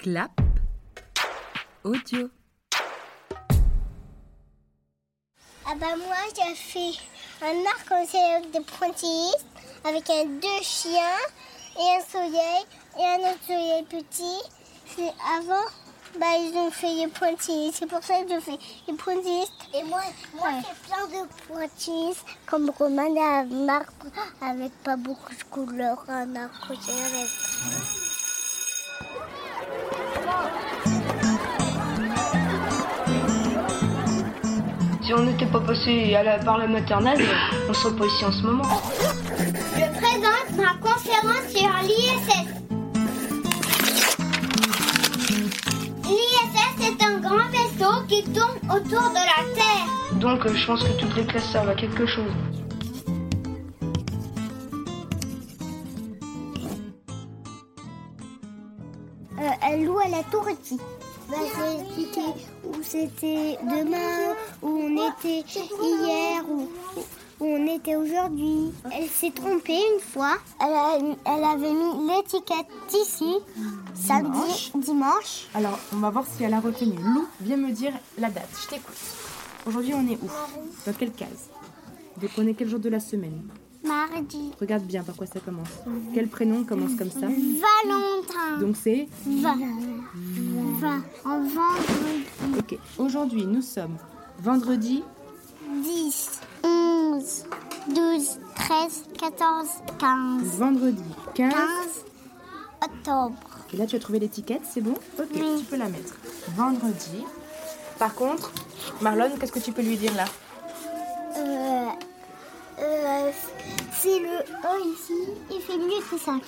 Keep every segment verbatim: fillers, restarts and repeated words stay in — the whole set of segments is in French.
Clap audio. Ah bah moi j'ai fait un arc-en-ciel de pointilliste avec un deux chiens et un soleil et un autre soleil petit. C'est avant, bah ils ont fait les pointillistes. C'est pour ça que je fais les pointillistes. Et moi, moi ouais. J'ai plein de pointillistes comme Roman et un marbre avec pas beaucoup de couleurs, un arc-en-ciel avec... Si on n'était pas passé à la, par la maternelle, on serait pas ici en ce moment. Je présente ma conférence sur l'I S S. L'I S S est un grand vaisseau qui tourne autour de la Terre. Donc euh, je pense que toutes les classes servent à quelque chose. Euh, elle loue à la tourette. Bah, j'ai expliqué où c'était demain, où on était hier, où, où on était aujourd'hui. Elle s'est trompée une fois. Elle, a, elle avait mis l'étiquette ici, samedi, dimanche. Alors, on va voir si elle a retenu. Lou, viens me dire la date. Je t'écoute. Aujourd'hui, on est où? Dans quelle case? Donc, on est quel jour de la semaine? Mardi. Regarde bien par quoi ça commence. Quel prénom commence comme ça? Valentin. Donc, c'est Va. Va. En vendredi. Ok. Aujourd'hui, nous sommes vendredi dix, onze, douze, treize, quatorze, quinze. Vendredi quinze. quinze octobre. Et là, tu as trouvé l'étiquette, c'est bon? Ok, oui. Tu peux la mettre. Vendredi. Par contre, Marlon, qu'est-ce que tu peux lui dire là? Euh, euh, c'est le un ici, il fait mieux que cinq.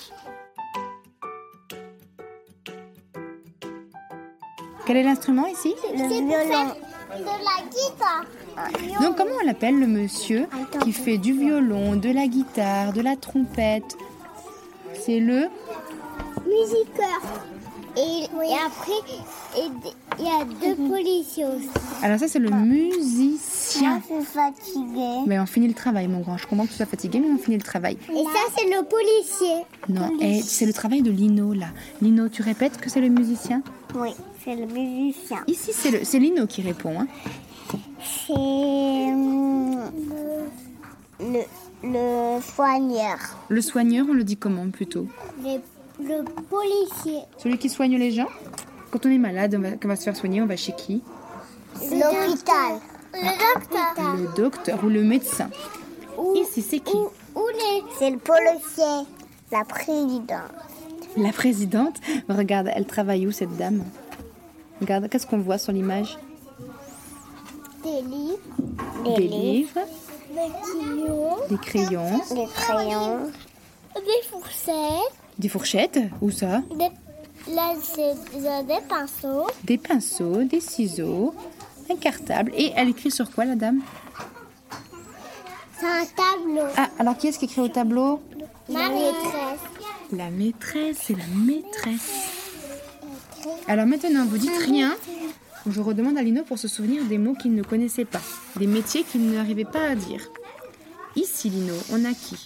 Quel est l'instrument ici? Le violon. De la guitare. Donc, comment on l'appelle le monsieur qui fait du violon, de la guitare, de la trompette? C'est le Musiqueur. Et, oui. Et après, il y a deux policiers aussi. Alors ça, c'est le musicien. Moi, je suis fatiguée. Mais on finit le travail, mon grand. Je comprends que tu sois fatigué, mais on finit le travail. Et ça, c'est le policier. Non, et c'est le travail de Lino, là. Lino, tu répètes que c'est le musicien? Oui, c'est le musicien. Ici, c'est, le, c'est Lino qui répond. Hein. C'est euh, le, le soigneur. Le soigneur, on le dit comment, plutôt? Le, le policier. Celui qui soigne les gens? Quand on est malade, on va, qu'on va se faire soigner, on va chez qui? L'hôpital. Le docteur. Le docteur ou le médecin. Ou, Ici, c'est qui? Ou, ou les... C'est le policier. La présidente. La présidente? Regarde, elle travaille où, cette dame? Regarde, qu'est-ce qu'on voit sur l'image? Des livres. Des, des livres. Des crayons. Des crayons. Des crayons. Des fourchettes. Des fourchettes? Où ça? Des, là, c'est des pinceaux. Des pinceaux, des ciseaux, un cartable. Et elle écrit sur quoi, la dame? C'est un tableau. Ah, alors qui est-ce qui écrit au tableau? La maîtresse. La maîtresse, c'est la maîtresse. Alors maintenant, vous dites rien. Je redemande à Lino pour se souvenir des mots qu'il ne connaissait pas. Des métiers qu'il n'arrivait pas à dire. Ici, Lino, on a qui?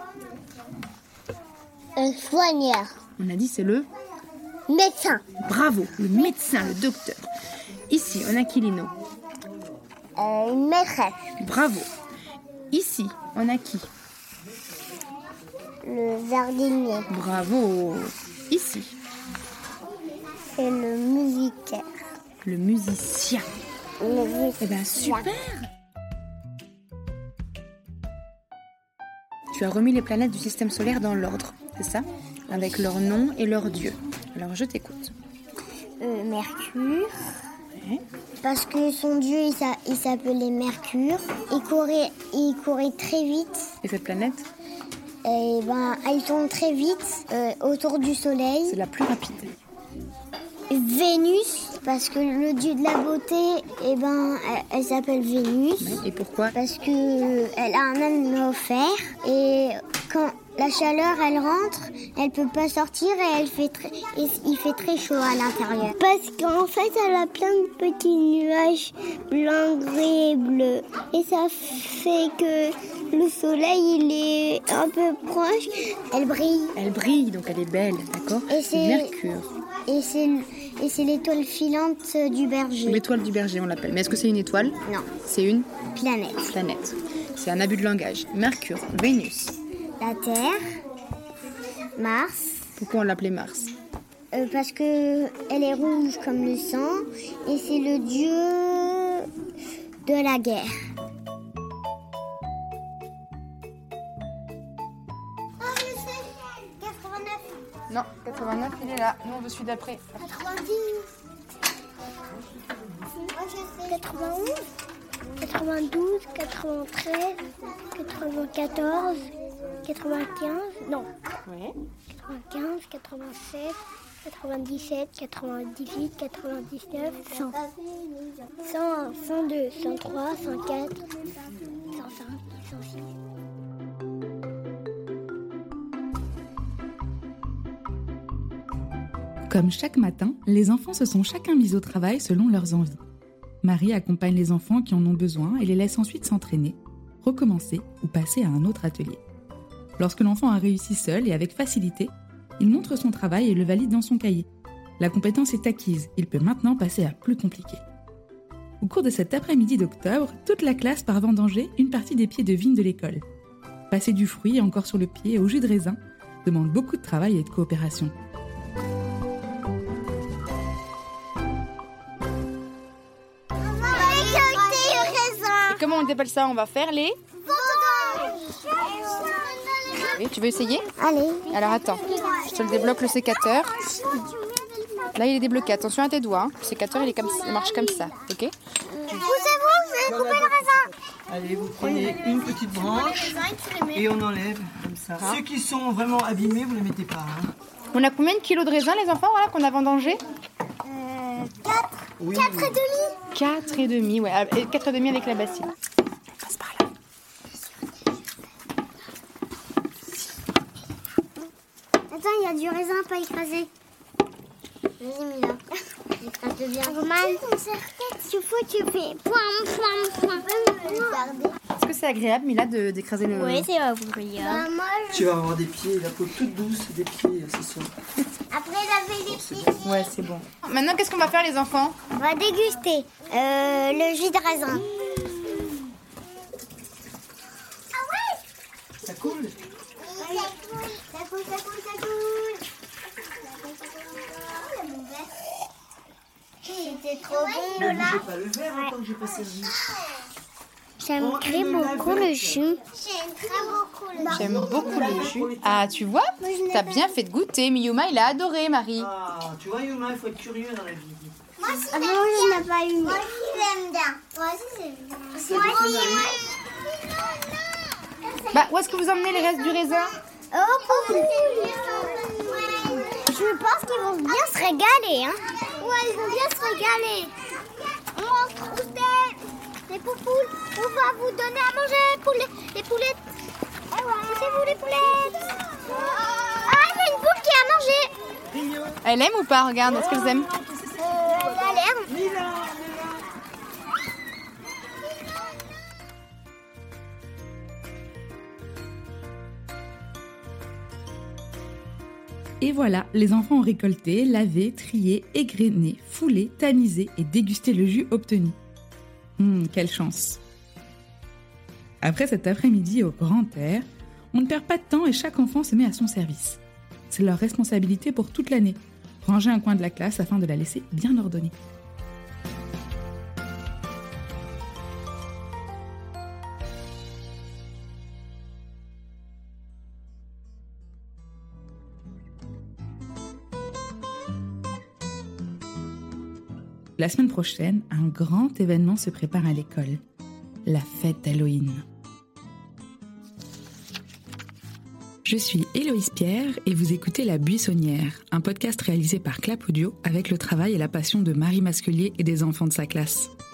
Un soigneur. On a dit c'est le médecin. Bravo, le médecin, le docteur. Ici, on a qui, Lino? euh, Une maîtresse. Bravo. Ici, on a qui? Le jardinier. Bravo. Ici. Et le musicaire. Le musicien. Le musicien. Eh bien, super. Tu as remis les planètes du système solaire dans l'ordre, c'est ça? Avec leur nom et leur dieu. Alors, je t'écoute. Euh, Mercure. Ouais. Parce que son dieu, il, s'a, il s'appelait Mercure. Il courait, il courait très vite. Et cette planète? Et ben, elle tourne très vite euh, autour du soleil. C'est la plus rapide. Vénus, parce que le dieu de la beauté, eh ben, elle, elle s'appelle Vénus. Ouais. Et pourquoi? Parce que elle a un âme offert et quand la chaleur elle rentre, elle peut pas sortir et elle fait très, et il fait très chaud à l'intérieur. Parce qu'en fait, elle a plein de petits nuages blancs, gris et bleus et ça fait que le soleil il est un peu proche. Elle brille. Elle brille, donc elle est belle, d'accord? Et c'est Mercure. Et c'est, et c'est l'étoile filante du berger. L'étoile du berger, on l'appelle. Mais est-ce que c'est une étoile? Non. C'est une Planète. planète. C'est un abus de langage. Mercure, Vénus. La Terre, Mars, Pourquoi on l'appelait Mars? euh, parce que elle est rouge comme le sang, et c'est le dieu de la guerre. Oh, je sais, quatre-vingt-neuf. Non, quatre-vingt-neuf, il est là. Nous, on veut celui d'après. quatre-vingt-dix. quatre-vingt-onze, quatre-vingt-douze, quatre-vingt-treize, quatre-vingt-quatorze, quatre-vingt-quinze, non, Oui. quatre-vingt-quinze, quatre-vingt-seize, quatre-vingt-dix-sept, quatre-vingt-dix-huit, quatre-vingt-dix-neuf, cent. cent, cent deux, cent trois, cent quatre, cent cinq, cent six. Comme chaque matin, les enfants se sont chacun mis au travail selon leurs envies. Marie accompagne les enfants qui en ont besoin et les laisse ensuite s'entraîner, recommencer ou passer à un autre atelier. Lorsque l'enfant a réussi seul et avec facilité, il montre son travail et le valide dans son cahier. La compétence est acquise, il peut maintenant passer à plus compliqué. Au cours de cet après-midi d'octobre, toute la classe part vendanger une partie des pieds de vigne de l'école. Passer du fruit encore sur le pied au jus de raisin demande beaucoup de travail et de coopération. Comment on appelle ça? On va faire les... Oui, tu veux essayer? Allez. Alors attends, je te le débloque le sécateur. Là, il est débloqué. Attention à tes doigts. Hein. Le sécateur, il, est comme... il marche comme ça, ok? Poussez-vous, je vais couper le raisin. Allez, vous prenez une petite branche et on enlève comme ça. Ah. Ceux qui sont vraiment abîmés, vous ne les mettez pas. Hein. On a combien de kilos de raisin, les enfants, voilà, qu'on a vendangé? Euh, quatre. Oui, quatre oui. et demi. quatre et demi, ouais. Et quatre et demi avec la bassine. Passe par là. Attends, il y a du raisin pas écrasé. Vas-y, Mila. Écrase bien. Roman, tu faut, tu fais point, point, point. Est-ce que c'est agréable, Mila, de, d'écraser le... Oui, c'est agréable. Bah, moi, je... Tu vas avoir des pieds, la peau toute douce des pieds ce soir. Après laver les pieds, Ouais, c'est bon. Maintenant, qu'est-ce qu'on va faire, les enfants? on va déguster euh, le jus de raisin. Ah ouais? Ça coule? Ça coule, ça coule, ça coule, ça coule. Oh, mon verre. C'était trop bon, Ne Lola. bougez pas le verre hein, tant que j'ai pas servi. J'aime très beaucoup le jus. J'aime très beaucoup le jus. J'aime beaucoup le jus. Ah, tu vois? T'as bien fait de goûter. Miyuma, il a adoré, Marie. Ah, tu vois, Yuma, il faut être curieux dans la vie. Moi aussi, ah, moi, je n'ai pas eu. Moi aussi, j'aime bien. Moi aussi, j'aime bien. C'est Moi beaucoup, aussi, Marie. moi. Bah, où est-ce que vous emmenez les restes du raisin? Oh, pour je pense qu'ils vont bien se régaler. Hein. Ouais, ils vont bien se régaler. On va retrouver les poupoules. On va vous donner à manger, poulet, les poulettes. Eh ouais. Poussez-vous les poulettes. Ah, il y a une poule qui a mangé. Elle aime ou pas? Regarde, est-ce qu'elles aiment? Euh, elle a l'air. Mila, Et voilà, les enfants ont récolté, lavé, trié, égrené, foulé, tamisé et dégusté le jus obtenu. Hum, quelle chance! Après cet après-midi au grand air, on ne perd pas de temps et chaque enfant se met à son service. C'est leur responsabilité pour toute l'année, ranger un coin de la classe afin de la laisser bien ordonnée. La semaine prochaine, un grand événement se prépare à l'école, la fête d'Halloween. Je suis Héloïse Pierre et vous écoutez La Buissonnière, un podcast réalisé par Clap Audio avec le travail et la passion de Marie Masquelier et des enfants de sa classe.